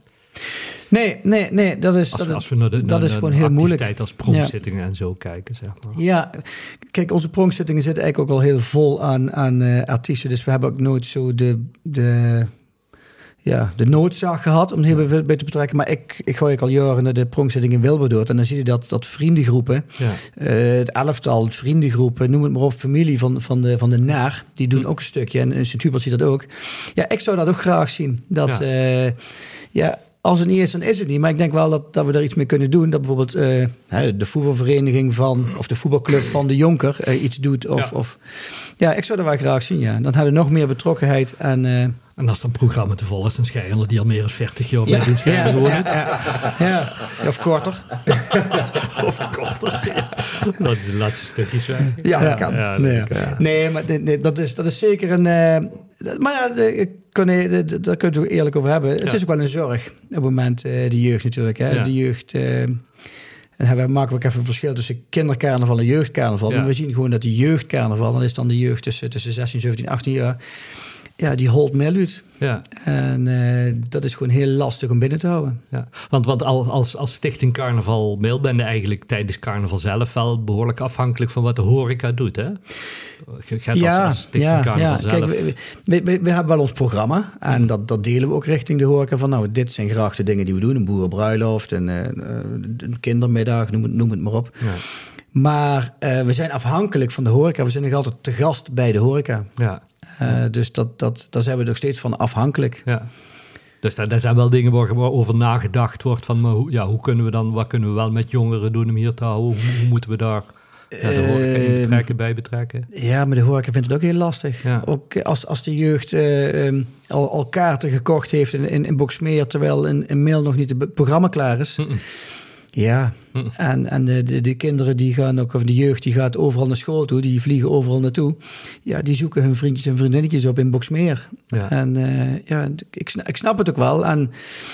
Nee, nee, nee, dat is, als, dat, als we naar de, dat naar, is gewoon heel moeilijk. Activiteit als pronkzittingen ja. en zo kijken, zeg maar. Ja, kijk, onze pronkzittingen zitten eigenlijk ook al heel vol aan, aan uh, artiesten. Dus we hebben ook nooit zo de, de, ja, de noodzaak gehad om het heel veel bij te betrekken. Maar ik, ik ga ook al jaren naar de pronkszitting in Wilberdoord. En dan zie je dat, dat vriendengroepen, ja. uh, het elftal, het vriendengroepen, noem het maar op, familie van, van, de, van de Naar, die doen hm. ook een stukje. En Sint-Hubert ziet dat ook. Ja, ik zou dat ook graag zien. Dat, ja... Uh, ja Als het niet is, dan is het niet. Maar ik denk wel dat, dat we daar iets mee kunnen doen. Dat bijvoorbeeld uh, de voetbalvereniging van... of de voetbalclub van de Jonker uh, iets doet. Of, ja. of ja, ik zou dat wel graag zien, ja. Dan hebben we nog meer betrokkenheid. En, uh, en als dan programma te vol is, dan schijnen die al meer dan veertig jaar ja. mee doen. Ja, gewoon ja, ja, ja. Of korter. of korter, ja. Dat is de laatste stukjes. Ja, ja, dat kan. Ja, nee, dat kan. nee, maar nee, nee, dat, is, dat is zeker een... Uh, maar ja, de, Nee, daar kun je het eerlijk over hebben. Het ja. is ook wel een zorg op het moment, uh, de jeugd natuurlijk. Hè? Ja. De jeugd, uh, we maken ook even een verschil tussen kindercarnaval en jeugdcarnaval. Ja. Maar we zien gewoon dat de jeugdcarnaval, dan is dan de jeugd tussen, tussen zestien, zeventien, achttien jaar, ja, die holt meer uit. Ja. En uh, dat is gewoon heel lastig om binnen te houden. Ja. Want, want als, als Stichting Carnaval Mil ben je eigenlijk tijdens carnaval zelf wel behoorlijk afhankelijk van wat de horeca doet, hè? Gaat ja, als, als Stichting ja, Carnaval ja. zelf... Kijk, we, we, we, we hebben wel ons programma en mm. dat, dat delen we ook richting de horeca van, nou, dit zijn graag de dingen die we doen. Een boerenbruiloft, een, een kindermiddag, noem het, noem het maar op. Ja. Maar uh, we zijn afhankelijk van de horeca. We zijn nog altijd te gast bij de horeca. Ja. Uh, dus dat, dat, daar zijn we nog steeds van afhankelijk. Ja. Dus daar, daar zijn wel dingen waar, waar over nagedacht wordt van, maar hoe, ja, hoe kunnen we dan, wat kunnen we wel met jongeren doen om hier te houden? Hoe, hoe moeten we daar ja, de horeca in betrekken, bij betrekken? Ja, maar de horeca vindt het ook heel lastig. Ja. Ook als, als de jeugd uh, um, al, al kaarten gekocht heeft in, in, in Boxmeer, terwijl in, in Mil nog niet het programma klaar is. Mm-mm. Ja, mm. en, en de, de, de kinderen die gaan ook, of de jeugd die gaat overal naar school toe, die vliegen overal naartoe. Ja, die zoeken hun vriendjes en vriendinnetjes op in Boxmeer. Ja. En uh, ja, ik, ik snap het ook wel. En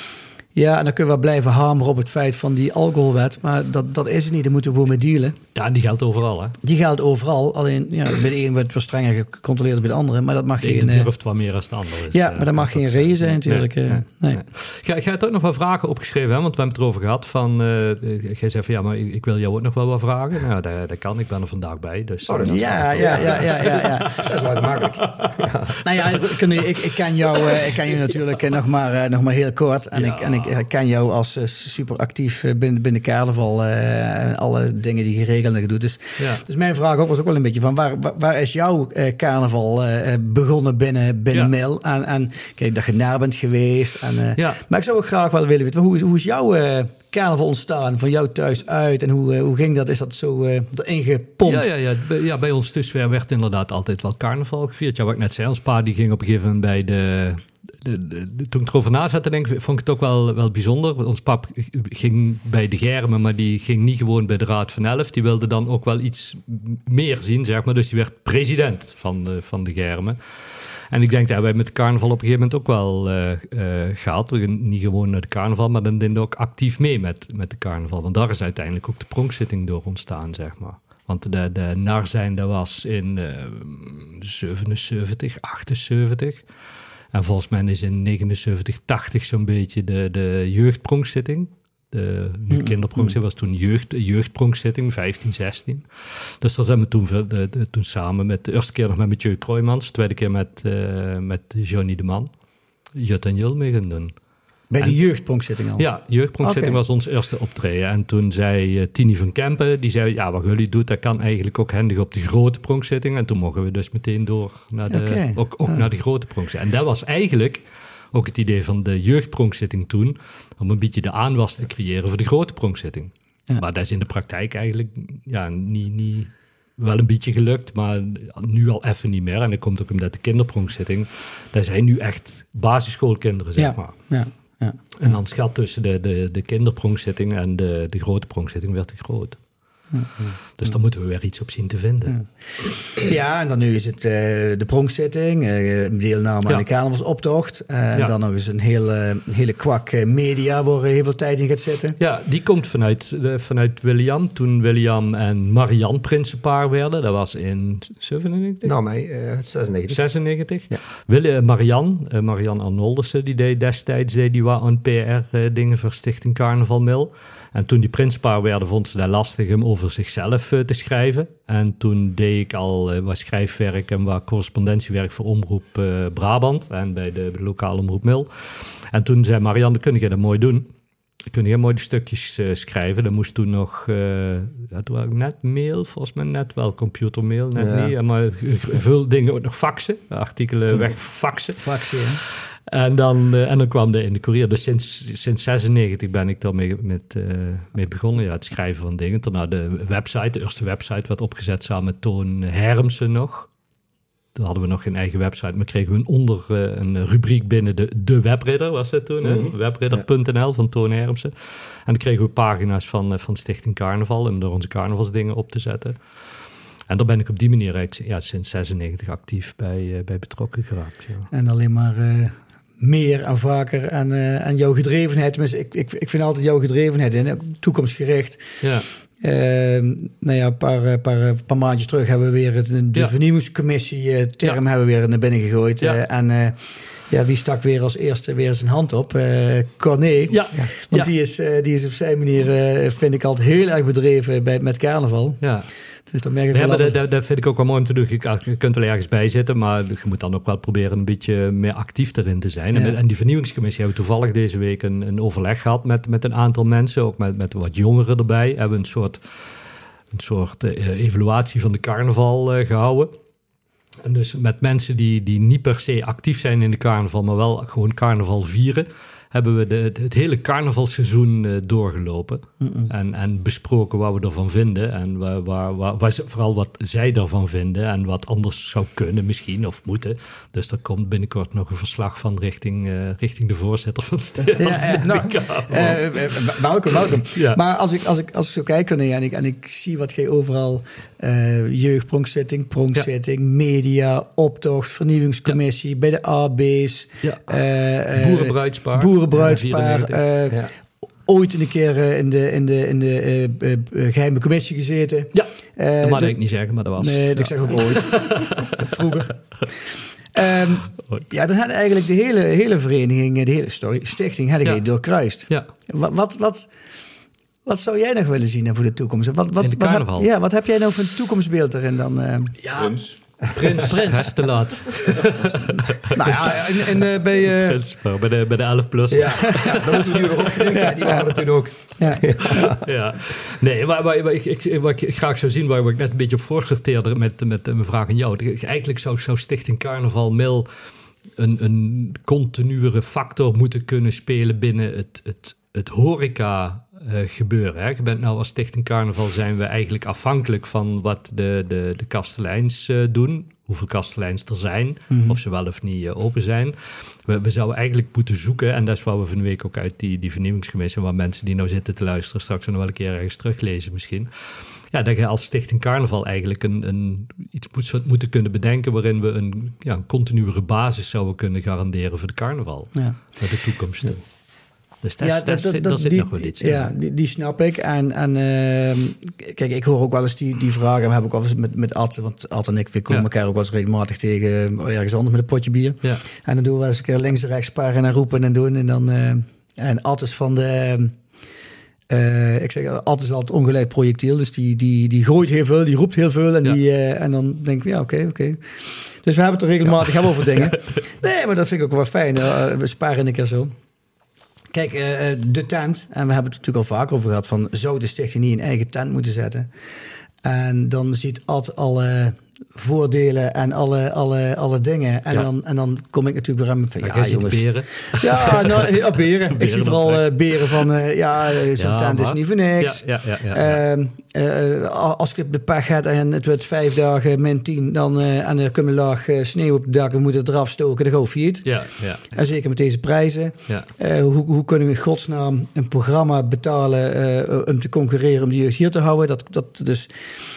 ja, en dan kunnen we blijven hameren op het feit van die alcoholwet. Maar dat, dat is het niet, daar moeten we gewoon mee dealen. Ja, en die geldt overal, hè? Die geldt overal. Alleen, ja, bij de een wordt wat strenger gecontroleerd dan bij de andere. Maar dat mag de geen... De een durft wat meer dan de ander. Ja, maar dat mag geen reden zijn natuurlijk. Nee, nee, nee. nee. Ga, ga je het ook nog wel vragen opgeschreven, hè? Want we hebben het erover gehad van... Uh, jij zei van, ja, maar ik, ik wil jou ook nog wel wat vragen. Nou, dat, dat kan. Ik ben er vandaag bij. Dus, oh, dat is ja, ja, ja, ja, ja, ja. Dat is wel makkelijk. Ja. Nou ja, ik, ik, ik, ken jou, uh, ik ken jou natuurlijk nog maar, uh, nog maar heel kort. En, ja. ik, en ik ken jou als uh, super actief binnen, binnen carnaval. Uh, en alle dingen die je regelt en doet. Dus, ja. dus mijn vraag ook was ook wel een beetje van... waar, waar, waar is jouw uh, carnaval uh, begonnen binnen, binnen ja. Mil? En, en kijk, dat je naar bent geweest. En, uh, ja. Maar ik zou ook graag wel willen weten... hoe, hoe is jouw uh, carnaval ontstaan? Van jou thuis uit? En hoe, uh, hoe ging dat? Is dat zo uh, erin gepompt? Ja, ja, ja. ja, bij ons thuis werd inderdaad altijd wel carnaval gevierd. Ja, wat ik net zei, ons pa die ging op een gegeven moment bij de... De, de, de, toen ik erover na zat te denken, vond ik het ook wel, wel bijzonder. Ons pap ging bij de Germen, maar die ging niet gewoon bij de Raad van Elf. Die wilde dan ook wel iets meer zien, zeg maar. Dus die werd president van de, van de Germen. En ik denk dat wij met de carnaval op een gegeven moment ook wel uh, uh, gehad. We gingen niet gewoon naar de carnaval, maar dan deden we ook actief mee met, met de carnaval. Want daar is uiteindelijk ook de pronkzitting door ontstaan, zeg maar. Want de, de Narzijn, dat was in uh, zevenenzeventig, achtenzeventig... En volgens mij is in negenenzeventig, tachtig zo'n beetje de, de jeugdpronkzitting. De, nu kinderpronkzitting was toen jeugd, jeugdpronkzitting, vijftien, zestien. Dus daar zijn we toen, de, de, toen samen met... De eerste keer nog met Mathieu Kroijmans, de tweede keer met, uh, met Johnny de Man. Jut en Jul mee gaan doen. Bij de en, jeugdpronkzitting al? Ja, jeugdpronkzitting okay. was ons eerste optreden. En toen zei uh, Tini van Kempen, die zei... ja, wat jullie doet, dat kan eigenlijk ook handig op de grote pronkzitting. En toen mogen we dus meteen door naar de, okay. ook, ook ja. naar de grote pronkzitting. En dat was eigenlijk ook het idee van de jeugdpronkzitting toen... om een beetje de aanwas te creëren voor de grote pronkzitting. Ja. Maar dat is in de praktijk eigenlijk ja, niet... niet wel een beetje gelukt, maar nu al even niet meer. En dat komt ook omdat de kinderpronkzitting... dat zijn nu echt basisschoolkinderen, zeg ja. maar. Ja. Ja. En dan schat tussen de, de, de kinderpronkzitting en de, de grote pronkzitting werd te groot. Ja. Dus daar moeten we weer iets op zien te vinden. Ja, ja en dan nu is het uh, de pronkzitting, uh, deelname aan ja. de carnavalsoptocht. Uh, ja. En dan nog eens een hele, hele kwak uh, media waar heel veel tijd in gaat zitten. Ja, die komt vanuit, uh, vanuit William. Toen William en Marianne prinsenpaar werden. Dat was in zevenennegentig? Nou, mij uh, zesennegentig. zesennegentig. Ja. Willi, uh, Marianne, uh, Marianne Arnoldersen, die deed destijds deed die wat aan P R-dingen uh, voor Stichting Carnaval Mil. En toen die prinsenpaar werden, vond ze dat lastig om over zichzelf uh, te schrijven. En toen deed ik al uh, wat schrijfwerk en wat correspondentiewerk voor Omroep uh, Brabant. En bij de, de lokale Omroep Mil. En toen zei Marianne, kun je dat mooi doen? Kun je mooi de stukjes uh, schrijven? Dat moest toen nog, uh, dat was net mail, volgens mij net wel, computermail, net ja. niet. Maar veel dingen ook nog faxen, artikelen weg faxen. Faxen, ja. En dan, uh, en dan kwam de in de Courier. Dus sinds, sinds zesennegentig ben ik daarmee met, uh, mee begonnen. Ja, het schrijven van dingen. Daarna de website, de eerste website werd opgezet samen met Toon Hermsen nog. Toen hadden we nog geen eigen website, maar kregen we een onder uh, een rubriek binnen de, de Webridder, was dat toen, mm-hmm. webridder punt n l van Toon Hermsen. En dan kregen we pagina's van, uh, van Stichting Carnaval om door onze carnavalsdingen op te zetten. En daar ben ik op die manier ja, sinds zesennegentig actief bij, uh, bij betrokken geraakt. Ja. En alleen maar... Uh... meer en vaker aan, uh, aan jouw gedrevenheid. Tenminste, ik, ik, ik vind altijd jouw gedrevenheid in, toekomstgericht. Ja. Uh, nou ja, een paar, uh, paar, paar maandjes terug hebben we weer het, de ja. vernieuwingscommissie uh, term ja. hebben we weer naar binnen gegooid. Ja. Uh, en uh, ja, wie stak weer als eerste weer zijn hand op? Uh, Corné. Ja. Ja. Want ja. Die, is, uh, die is op zijn manier, uh, vind ik altijd heel erg bedreven bij, met carnaval. Ja. Dus dan merk ik ja, wel maar dat, dat vind ik ook wel mooi om te doen. Je, je kunt wel ergens bij zitten, maar je moet dan ook wel proberen een beetje meer actief erin te zijn. Ja. En, en die vernieuwingscommissie hebben we toevallig deze week een, een overleg gehad met, met een aantal mensen, ook met, met wat jongeren erbij. We hebben een soort, een soort uh, evaluatie van de carnaval uh, gehouden. En dus met mensen die, die niet per se actief zijn in de carnaval, maar wel gewoon carnaval vieren, hebben we de, het hele carnavalseizoen uh, doorgelopen. En, en besproken wat we ervan vinden. En waar, waar, waar, waar, vooral wat zij ervan vinden. En wat anders zou kunnen misschien of moeten. Dus er komt binnenkort nog een verslag van richting, uh, richting de voorzitter van de ja, ja, nou, uh, uh, welkom, welkom. Ja. Maar als ik, als, ik, als ik zo kijk René, en, ik, en ik zie wat jij overal... Uh, jeugdpronkzitting, pronkzitting, ja. media, optocht, vernieuwingscommissie, ja. bij de A B's. Ja. Uh, uh, boerenbruidspaar. Boerenbruidspaar. Uh, ja. Ooit een keer uh, in de, in de, in de uh, uh, geheime commissie gezeten. Ja, uh, dat mag de, ik niet zeggen, maar dat was... Nee, ja. ik zeg ook ooit. Vroeger. Um, ja, dan had eigenlijk de hele, hele vereniging, de hele story, stichting, had ik ja. doorkruist. Ja. Wat... wat, wat Wat zou jij nog willen zien voor de toekomst? Wat, wat, in de carnaval? Wat heb, ja, wat heb jij nou voor een toekomstbeeld erin dan? Uh... Ja, Prins. Prins. Prins. Het is te laat. Nou ja, en, en uh, bij... Uh... Prins, bij de, bij de elf plus. Ja, ja, dat moeten we nu nog opgedenken. Ja, die waren er toen ook. Ja. Ja. ja. Nee, maar, maar, maar ik, ik, wat ik graag zou zien, waar ik net een beetje op voorsorteerde met, met mijn vraag aan jou. Eigenlijk zou, zou Stichting Carnaval Mil een, een continuere factor moeten kunnen spelen binnen het, het, het horeca... Uh, gebeuren. Hè? Je bent nou als Stichting Carnaval zijn we eigenlijk afhankelijk van wat de, de, de kasteleins uh, doen. Hoeveel kasteleins er zijn. Mm-hmm. Of ze wel of niet uh, open zijn. We, we zouden eigenlijk moeten zoeken. En dat is wat we van de week ook uit die, die vernieuwingscommissie. Waar mensen die nou zitten te luisteren straks nog wel een keer ergens teruglezen misschien. Ja, dat je als Stichting Carnaval eigenlijk een, een, iets moet, moeten kunnen bedenken. Waarin we een, ja, een continuere basis zouden kunnen garanderen voor de carnaval. Ja. Voor de toekomst. Ja. Dus dat, ja, dat, dat, dat, dat, dat zit die, nog wel iets in. Ja, die, die snap ik. En, en uh, kijk, ik hoor ook wel eens die, die vragen. We hebben ook wel eens met, met Ad, want Ad en ik, we komen ja. elkaar ook wel eens regelmatig tegen uh, ergens anders met een potje bier. Ja. En dan doen we wel eens een keer links en rechts paren en roepen en doen. En dan, uh, en Ad is van de... Uh, ik zeg, Ad is altijd ongeleid projectiel. Dus die, die, die gooit heel veel, die roept heel veel. En, ja. die, uh, en dan denk ik, ja, oké, okay, oké. Okay. Dus we hebben het er regelmatig ja. over dingen. Nee, maar dat vind ik ook wel fijn. Uh, we sparen een keer zo. Kijk, uh, de tent, en we hebben het natuurlijk al vaker over gehad, van zou de stichting niet een eigen tent moeten zetten? En dan ziet Ad alle voordelen en alle, alle, alle dingen. En, ja. dan, en dan kom ik natuurlijk weer aan van, ja, ja jongens. Beren. Ja, nou, ja, beren. beren. Ik zie vooral uh, beren van, uh, ja, zo'n ja, tent maar. is niet voor niks. Ja, ja, ja, ja, ja. Uh, uh, als ik de pech heb en het wordt vijf dagen min tien, dan, uh, en er komt een laag uh, sneeuw op het dak, we moeten het eraf stoken, dan go failliet. Ja, ja. En zeker met deze prijzen. Ja. Uh, hoe, hoe kunnen we in godsnaam een programma betalen uh, om te concurreren, om die jeugd hier te houden? Dat, dat dus...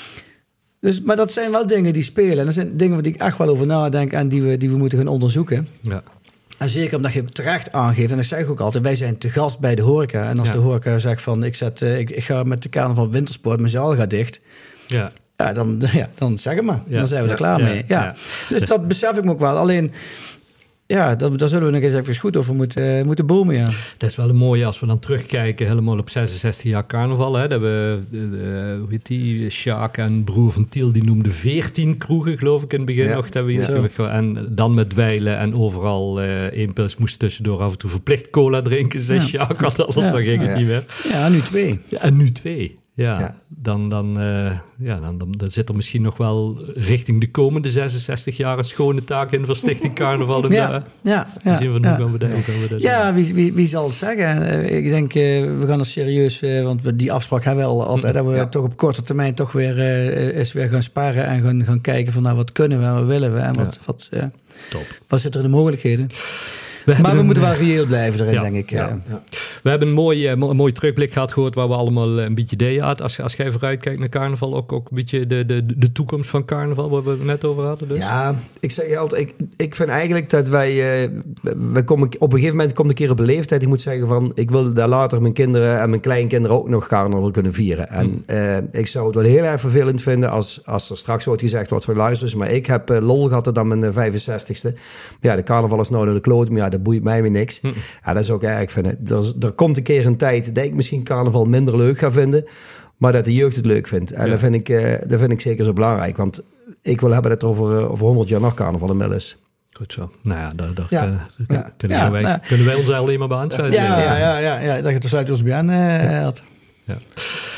Dus, maar dat zijn wel dingen die spelen. En dat zijn dingen waar ik echt wel over nadenk en die we, die we moeten gaan onderzoeken. Ja. En zeker omdat je terecht aangeeft, en dat zeg ik ook altijd, wij zijn te gast bij de horeca. En als ja. de horeca zegt van, ik, zet, ik, ik ga met de carnaval wintersport, mijn zaal gaat dicht. Ja. Ja, dan, ja, dan zeg het maar. Ja. Dan zijn we er klaar ja. mee. Ja. Ja. Dus, dus dat besef ik me ook wel. Alleen... Ja, daar, daar zullen we nog eens even goed over moeten, uh, moeten bomen, ja. Dat is wel een mooie als we dan terugkijken helemaal op zesenzestig jaar carnaval. Hè. Dat we, de, de, hoe heet die, Sjaak en broer van Tiel, die noemden veertien kroegen, geloof ik, in het begin ja. nog. Dat we hier ja. En dan met dweilen en overal uh, één pils moest tussendoor af en toe verplicht cola drinken. Zei ja. Sjaak, want anders ja. dan ging het ja. niet meer. Ja, nu twee. Ja, en nu twee. Ja, ja, dan, dan, uh, ja dan, dan, dan zit er misschien nog wel richting de komende zesenzestig jaar een schone taak in voor Stichting Carnaval. En ja, ja, ja, zien we ja, hoe gaan we dat, ja. gaan we dat ja wie, wie, wie zal het zeggen? Uh, ik denk, uh, we gaan er serieus, uh, want we, die afspraak hebben we al altijd, dat we ja. toch op korte termijn toch weer, uh, eens weer gaan sparen en gaan, gaan kijken van nou, wat kunnen we en wat willen we en wat, ja. wat, uh, Top. wat zit er in de mogelijkheden. We maar we een, moeten wel reëel blijven erin, ja, denk ik. Ja. Ja. We hebben een mooie, een mooie terugblik gehad gehoord waar we allemaal een beetje deden. Als, als jij vooruit kijkt naar carnaval, ook, ook een beetje de, de, de toekomst van carnaval, waar we het net over hadden. Dus. Ja, ik zeg je altijd, ik, ik vind eigenlijk dat wij, uh, wij komen, op een gegeven moment komt een keer op een leeftijd, ik moet zeggen van, ik wil daar later mijn kinderen en mijn kleinkinderen ook nog carnaval kunnen vieren. En hmm. uh, ik zou het wel heel erg vervelend vinden als, als er straks wordt gezegd wat voor luisteren, maar ik heb uh, lol gehad dan mijn vijfenzestigste. Maar ja, de carnaval is nou naar de kloot, maar ja, dat boeit mij weer niks. Hm. Ja, dat is ook erg vinden. Er, er komt een keer een tijd dat ik misschien carnaval minder leuk ga vinden, maar dat de jeugd het leuk vindt. En ja. dat, vind ik, uh, dat vind ik zeker zo belangrijk, want ik wil hebben dat er over, uh, over honderd jaar nog carnaval in Mil is. Goed zo. Nou ja, daar, daar ja. Kunnen, ja. Kunnen, ja. wij, ja. kunnen wij ons alleen maar bij aansluiten. Ja, ja, ja, ja, ja, ja, dat je het er sluit ons bij aan uh, had. Ja.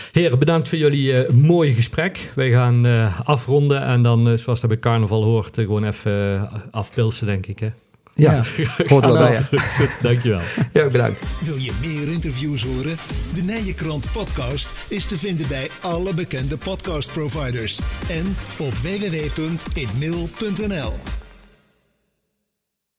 Heren, bedankt voor jullie uh, mooie gesprek. Wij gaan uh, afronden en dan, uh, zoals dat bij carnaval hoort, uh, gewoon even uh, afpilsen, denk ik. Hè? Ja, ja. hoort wel bij. Ja. Dankjewel. Ja, bedankt. Wil je meer interviews horen? De Nijenkrant podcast is te vinden bij alle bekende podcastproviders en op w w w punt inmail punt n l.